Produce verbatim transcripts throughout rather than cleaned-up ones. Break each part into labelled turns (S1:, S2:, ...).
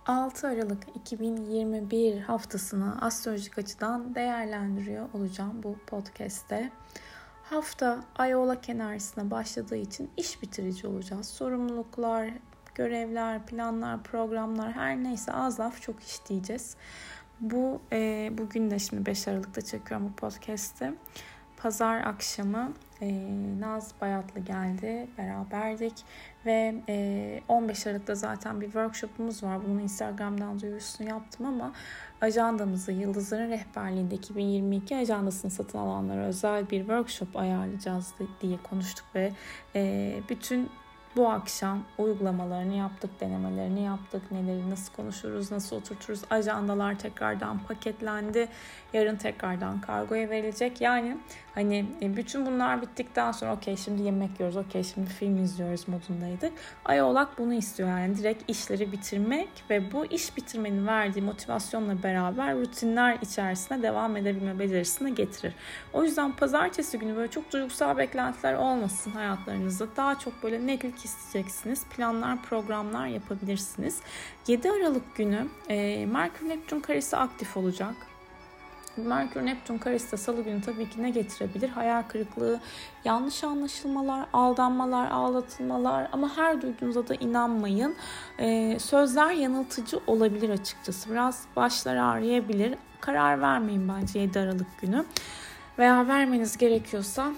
S1: altı Aralık iki bin yirmi bir haftasını astrolojik açıdan değerlendiriyor olacağım bu podcast'te. Hafta Ay Oğlak enerjisine başladığı için iş bitirici olacağız. Sorumluluklar, görevler, planlar, programlar her neyse az laf çok iş diyeceğiz. Bu e, bugün de şimdi beş Aralık'ta çekiyorum bu podcast'i. Pazar akşamı e, Naz Bayatlı geldi, beraberdik ve e, on beş Aralık'ta zaten bir workshopumuz var. Bunu Instagram'dan duyurusunu yaptım ama ajandamızı Yıldızların Rehberliğinde iki bin yirmi iki ajandasını satın alanlara özel bir workshop ayarlayacağız diye konuştuk ve e, bütün bu akşam uygulamalarını yaptık, denemelerini yaptık. Neleri nasıl konuşuruz, nasıl oturturuz. Ajandalar tekrardan paketlendi. Yarın tekrardan kargoya verilecek. Yani hani bütün bunlar bittikten sonra okey şimdi yemek yiyoruz, okey şimdi film izliyoruz modundaydık. Ay Oğlak bunu istiyor yani direkt işleri bitirmek ve bu iş bitirmenin verdiği motivasyonla beraber rutinler içerisinde devam edebilme becerisini getirir. O yüzden pazartesi günü böyle çok duygusal beklentiler olmasın hayatlarınızda. Daha çok böyle netlik isteyeceksiniz. Planlar, programlar yapabilirsiniz. yedi Aralık günü e, Merkür Neptün karesi aktif olacak. Merkür Neptün karesi de salı günü tabii ki ne getirebilir? Hayal kırıklığı, yanlış anlaşılmalar, aldanmalar, aldatılmalar ama her duyduğunuza da inanmayın. Ee, sözler yanıltıcı olabilir açıkçası. Biraz başlar ağrıyabilir. Karar vermeyin bence yedi Aralık günü. Veya vermeniz gerekiyorsa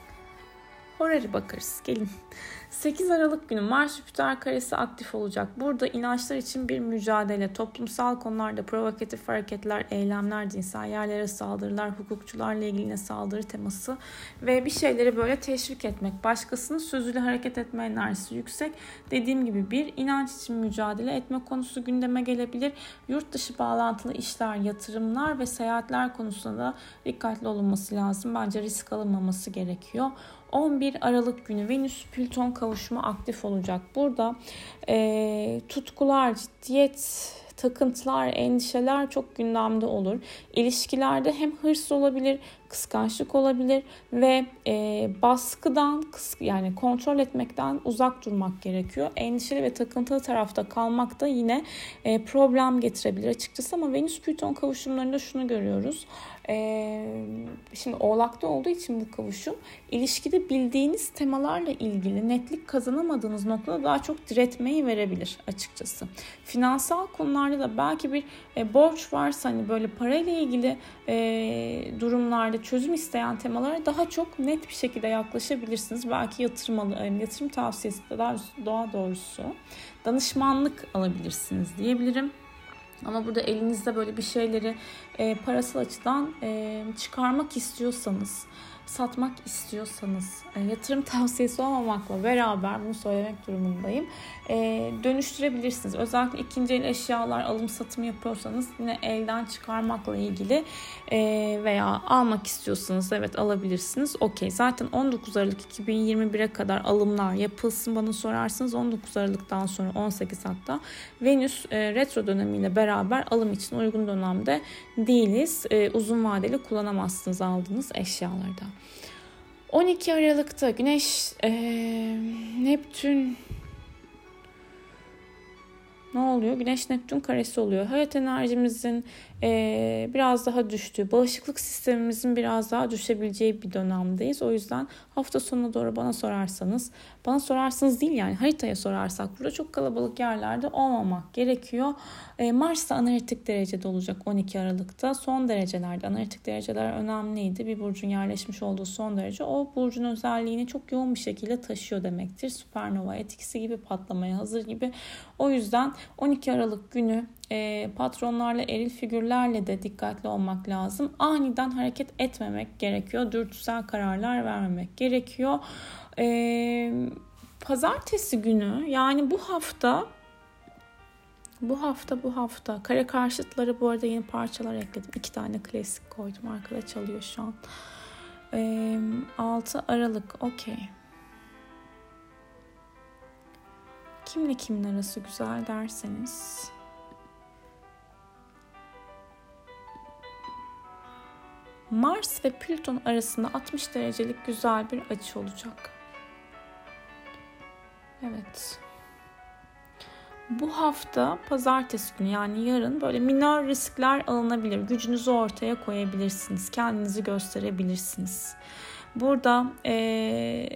S1: horari bakarız. Gelin. sekiz Aralık günü Mars-Jüpiter karesi aktif olacak. Burada inançlar için bir mücadele, toplumsal konularda provokatif hareketler, eylemler, cinsel yerlere saldırılar, hukukçularla ilgili saldırı teması ve bir şeyleri böyle teşvik etmek, başkasının sözüyle hareket etme enerjisi yüksek. Dediğim gibi bir inanç için mücadele etme konusu gündeme gelebilir. Yurt dışı bağlantılı işler, yatırımlar ve seyahatler konusunda da dikkatli olunması lazım. Bence risk alınmaması gerekiyor. on bir Aralık günü Venüs-Plüton kavuşumu aktif olacak. Burada e, tutkular, ciddiyet, takıntılar, endişeler çok gündemde olur. İlişkilerde hem hırs olabilir, kıskançlık olabilir ve e, baskıdan yani kontrol etmekten uzak durmak gerekiyor. Endişeli ve takıntılı tarafta kalmak da yine e, problem getirebilir açıkçası ama Venüs-Plüton kavuşumlarında şunu görüyoruz. Ee, şimdi Oğlak'ta olduğu için bu kavuşum ilişkide bildiğiniz temalarla ilgili netlik kazanamadığınız noktada daha çok diretmeyi verebilir açıkçası. Finansal konularda da belki bir e, borç varsa hani böyle parayla ilgili e, durumlarda çözüm isteyen temalara daha çok net bir şekilde yaklaşabilirsiniz. Belki yatırım, yatırım tavsiyesi de daha, daha doğrusu danışmanlık alabilirsiniz diyebilirim. Ama burada elinizde böyle bir şeyleri e, parasal açıdan e, çıkarmak istiyorsanız, satmak istiyorsanız, e, yatırım tavsiyesi olmamakla beraber bunu söylemek durumundayım. E, dönüştürebilirsiniz. Özellikle ikinci el eşyalar alım satım yapıyorsanız yine elden çıkarmakla ilgili e, veya almak istiyorsanız evet alabilirsiniz. Okey. Zaten on dokuz Aralık iki bin yirmi bire kadar alımlar yapılsın bana sorarsanız on dokuz Aralık'tan sonra on sekiz hatta Venüs e, retro dönemiyle beraber alım için uygun dönemde değiliz. E, uzun vadeli kullanamazsınız aldığınız eşyalarda. on iki Aralık'ta Güneş, e, Neptün ne oluyor? Güneş Neptün karesi oluyor. Hayat enerjimizin e, biraz daha düştüğü, bağışıklık sistemimizin biraz daha düşebileceği bir dönemdeyiz. O yüzden hafta sonuna doğru bana sorarsanız, bana sorarsanız değil yani haritaya sorarsak burada çok kalabalık yerlerde olmamak gerekiyor. E, Mars da analitik derecede olacak on iki Aralık'ta. Son derecelerde analitik dereceler önemliydi. Bir burcun yerleşmiş olduğu son derece o burcun özelliğini çok yoğun bir şekilde taşıyor demektir. Süpernova etkisi gibi patlamaya hazır gibi. O yüzden on iki Aralık günü e, patronlarla, eril figürlerle de dikkatli olmak lazım. Aniden hareket etmemek gerekiyor. Dürtüsel kararlar vermemek gerekiyor. E, pazartesi günü yani bu hafta bu hafta bu hafta kare karşıtları bu arada yeni parçalar ekledim. İki tane klasik koydum. Arkada çalıyor şu an. E, altı Aralık okey. Kimle kimin arası güzel derseniz Mars ve Plüton arasında altmış derecelik güzel bir açı olacak. Evet. Bu hafta pazartesi günü yani yarın böyle minor riskler alınabilir. Gücünüzü ortaya koyabilirsiniz. Kendinizi gösterebilirsiniz. Burada ee,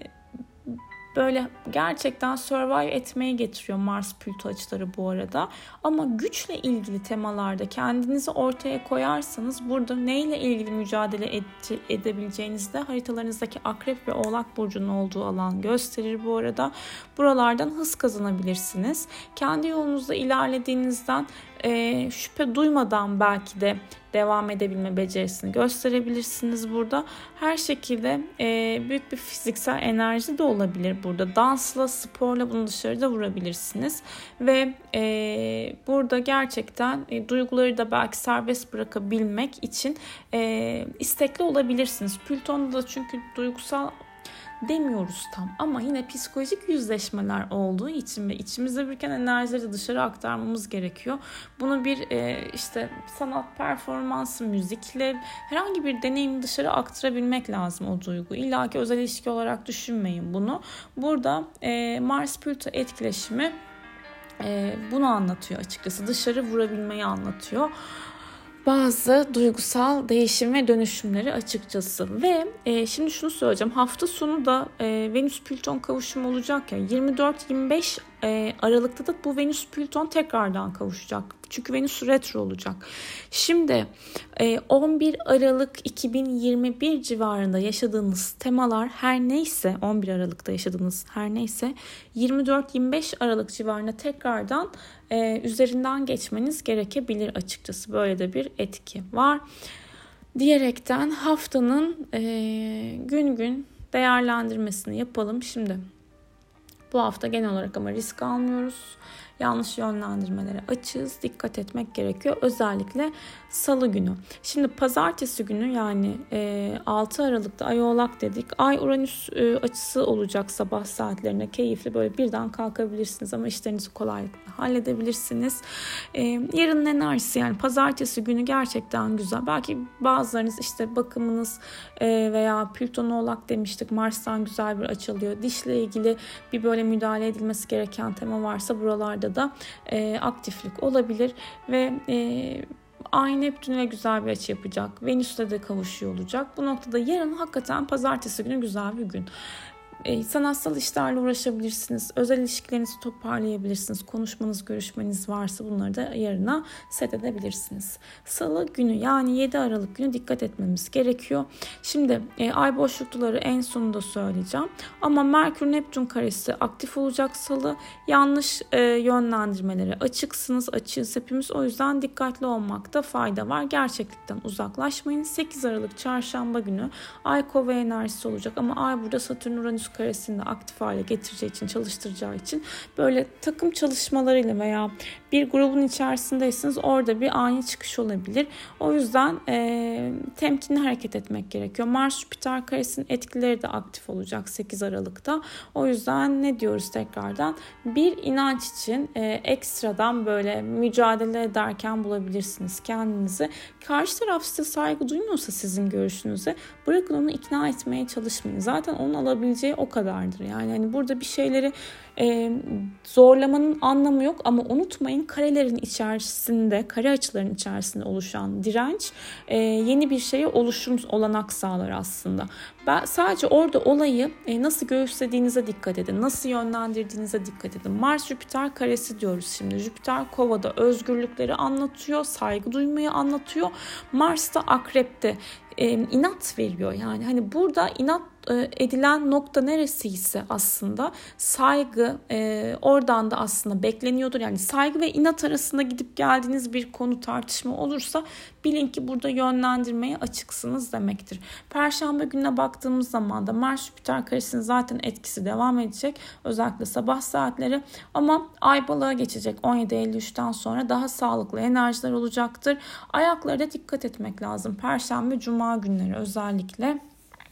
S1: böyle gerçekten survive etmeye getiriyor Mars Plüto açıları bu arada. Ama güçle ilgili temalarda kendinizi ortaya koyarsanız burada neyle ilgili mücadele ede- edebileceğinizi de haritalarınızdaki Akrep ve Oğlak burcunun olduğu alan gösterir bu arada. Buralardan hız kazanabilirsiniz. Kendi yolunuzda ilerlediğinizden e, şüphe duymadan belki de devam edebilme becerisini gösterebilirsiniz burada. Her şekilde e, büyük bir fiziksel enerji de olabilir burada. Dansla, sporla bunu dışarıda vurabilirsiniz. Ve e, burada gerçekten e, duyguları da belki serbest bırakabilmek için e, istekli olabilirsiniz. Plüton'da da çünkü duygusal demiyoruz tam ama yine psikolojik yüzleşmeler olduğu için ve içimizde biriken enerjileri de dışarı aktarmamız gerekiyor. Bunu bir e, işte sanat performansı, müzikle herhangi bir deneyimi dışarı aktarabilmek lazım o duygu. İlla ki özel ilişki olarak düşünmeyin bunu. Burada e, Mars-Plüto etkileşimi e, bunu anlatıyor açıkçası. Dışarı vurabilmeyi anlatıyor. Bazı duygusal değişim ve dönüşümleri açıkçası. Ve e, şimdi şunu söyleyeceğim. Hafta sonu da e, Venüs-Plüton kavuşumu olacak ya. yirmi dört yirmi beş e, Aralık'ta da bu Venüs-Plüton tekrardan kavuşacak. Çünkü Venüs retro olacak. Şimdi e, on bir Aralık iki bin yirmi bir civarında yaşadığınız temalar her neyse, on bir Aralık'ta yaşadığınız her neyse yirmi dört yirmi beş Aralık civarında tekrardan e, üzerinden geçmeniz gerekebilir açıkçası. Böyle de bir etki var. Diyerekten haftanın e, gün gün değerlendirmesini yapalım. Şimdi bu hafta genel olarak ama risk almıyoruz. Yanlış yönlendirmelere açığız. Dikkat etmek gerekiyor. Özellikle salı günü. Şimdi pazartesi günü yani e, altı Aralık'ta Ay Oğlak dedik. Ay Uranüs e, açısı olacak sabah saatlerine. Keyifli böyle birden kalkabilirsiniz ama işlerinizi kolaylıkla halledebilirsiniz. E, yarının enerjisi yani pazartesi günü gerçekten güzel. Belki bazılarınız işte bakımınız e, veya Plüton Oğlak demiştik. Mars'tan güzel bir açı alıyor. Dişle ilgili bir böyle müdahale edilmesi gereken tema varsa buralarda da e, aktiflik olabilir ve e, Ay Neptün'e güzel bir açı yapacak. Venüs'le de kavuşuyor olacak. Bu noktada yarın hakikaten pazartesi günü güzel bir gün. E, sanatsal işlerle uğraşabilirsiniz. Özel ilişkilerinizi toparlayabilirsiniz. Konuşmanız, görüşmeniz varsa bunları da yarına set edebilirsiniz. Salı günü yani yedi Aralık günü dikkat etmemiz gerekiyor. Şimdi e, ay boşlukları en sonunda söyleyeceğim. Ama Merkür Neptün karesi aktif olacak salı. Yanlış e, yönlendirmelere açıksınız. Açığız hepimiz. O yüzden dikkatli olmakta fayda var. Gerçeklikten uzaklaşmayın. sekiz Aralık çarşamba günü ay Kova enerjisi olacak. Ama ay burada Satürn Uranüs karesini de aktif hale getireceği için, çalıştıracağı için böyle takım çalışmalarıyla veya bir grubun içerisindeyseniz orada bir ani çıkış olabilir. O yüzden e, temkinli hareket etmek gerekiyor. Mars-Jüpiter karesinin etkileri de aktif olacak sekiz Aralık'ta. O yüzden ne diyoruz tekrardan? Bir inanç için e, ekstradan böyle mücadele ederken bulabilirsiniz kendinizi. Karşı taraf size saygı duymuyorsa sizin görüşünüze bırakın onu ikna etmeye çalışmayın. Zaten onun alabileceği o kadardır. Yani hani burada bir şeyleri e, zorlamanın anlamı yok ama unutmayın karelerin içerisinde, kare açıların içerisinde oluşan direnç e, yeni bir şeye oluşum olanak sağlar aslında. Ben sadece orada olayı e, nasıl göğüslediğinize dikkat edin. Nasıl yönlendirdiğinize dikkat edin. Mars-Jüpiter karesi diyoruz şimdi. Jüpiter Kova'da özgürlükleri anlatıyor, saygı duymayı anlatıyor. Mars da Akrep'te e, inat veriyor. Yani hani burada inat edilen nokta neresiyse aslında saygı e, oradan da aslında bekleniyordur. Yani saygı ve inat arasında gidip geldiğiniz bir konu tartışma olursa bilin ki burada yönlendirmeye açıksınız demektir. Perşembe gününe baktığımız zaman da Mars-Jüpiter karesinin zaten etkisi devam edecek. Özellikle sabah saatleri ama Ay Balığa geçecek on yedi Eylül üçten sonra daha sağlıklı enerjiler olacaktır. Ayaklara da dikkat etmek lazım. Perşembe, Cuma günleri özellikle.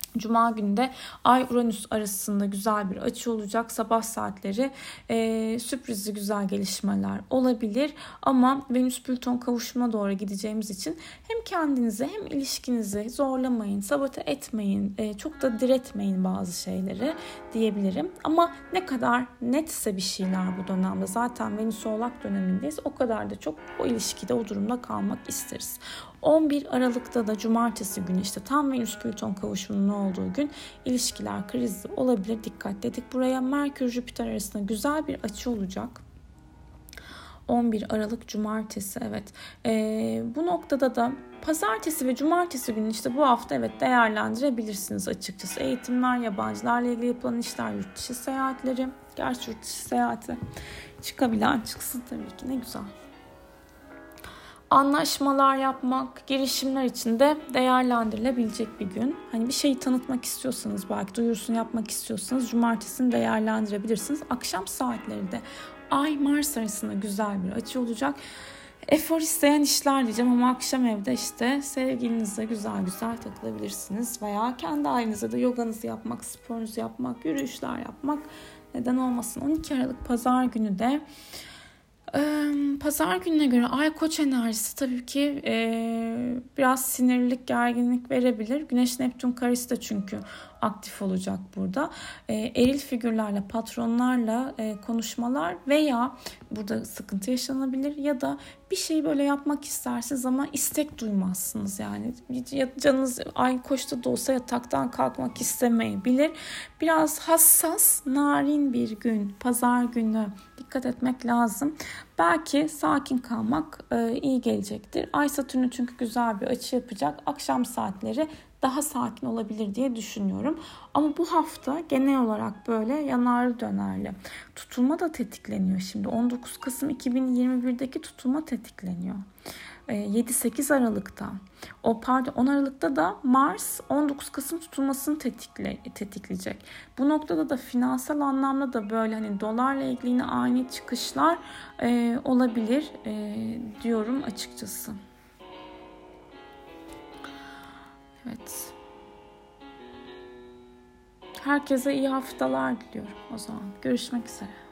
S1: Cuma günü de Ay-Uranüs arasında güzel bir açı olacak. Sabah saatleri e, sürprizli güzel gelişmeler olabilir. Ama Venüs-Plüton kavuşuma doğru gideceğimiz için hem kendinizi hem ilişkinizi zorlamayın, sabote etmeyin, e, çok da diretmeyin bazı şeyleri diyebilirim. Ama ne kadar netse bir şeyler bu dönemde, zaten Venüs Oğlak dönemindeyiz, o kadar da çok o ilişkide, o durumda kalmak isteriz. on bir Aralık'ta da cumartesi günü, işte tam Venüs-Plüton kavuşumunun olduğu gün, ilişkiler krizli olabilir. Dikkat dedik buraya. Merkür-Jüpiter arasında güzel bir açı olacak. on bir Aralık cumartesi, evet. Ee, bu noktada da pazartesi ve cumartesi günü işte bu hafta evet değerlendirebilirsiniz açıkçası. Eğitimler, yabancılarla ilgili yapılan işler, yurt dışı seyahatleri. Gerçi yurt dışı seyahati çıkabilen çıksın tabii ki, ne güzel. Anlaşmalar yapmak, girişimler için de değerlendirilebilecek bir gün. Hani bir şeyi tanıtmak istiyorsanız, belki duyurusunu yapmak istiyorsanız cumartesini değerlendirebilirsiniz. Akşam saatleri de Ay-Mars arasında güzel bir açı olacak. Efor isteyen işler diyeceğim ama akşam evde işte sevgilinizle güzel güzel takılabilirsiniz. Veya kendi ailenizde de yoganızı yapmak, sporunuzu yapmak, yürüyüşler yapmak neden olmasın. on iki Aralık Pazar günü de Pazar gününe göre Ay Koç enerjisi tabii ki e, biraz sinirlilik, gerginlik verebilir. Güneş Neptün karesi de çünkü aktif olacak burada. E, eril figürlerle, patronlarla e, konuşmalar veya burada sıkıntı yaşanabilir ya da bir şeyi böyle yapmak istersiniz ama istek duymazsınız yani. Canınız Ay Koç'ta da olsa yataktan kalkmak istemeyebilir. Biraz hassas, narin bir gün, pazar günü, dikkat etmek lazım. Belki sakin kalmak e, iyi gelecektir. Ay Satürn'ü çünkü güzel bir açı yapacak. Akşam saatleri daha sakin olabilir diye düşünüyorum. Ama bu hafta genel olarak böyle yanarlı dönerli. Tutulma da tetikleniyor şimdi. on dokuz Kasım iki bin yirmi birdeki tutulma tetikleniyor. yedi sekiz Aralık'ta. O pardon on Aralık'ta da Mars on dokuz Kasım tutulmasını tetikle, tetikleyecek. Bu noktada da finansal anlamda da böyle hani dolarla ilgili yine ani çıkışlar e, olabilir e, diyorum açıkçası. Evet. Herkese iyi haftalar diliyorum o zaman. Görüşmek üzere.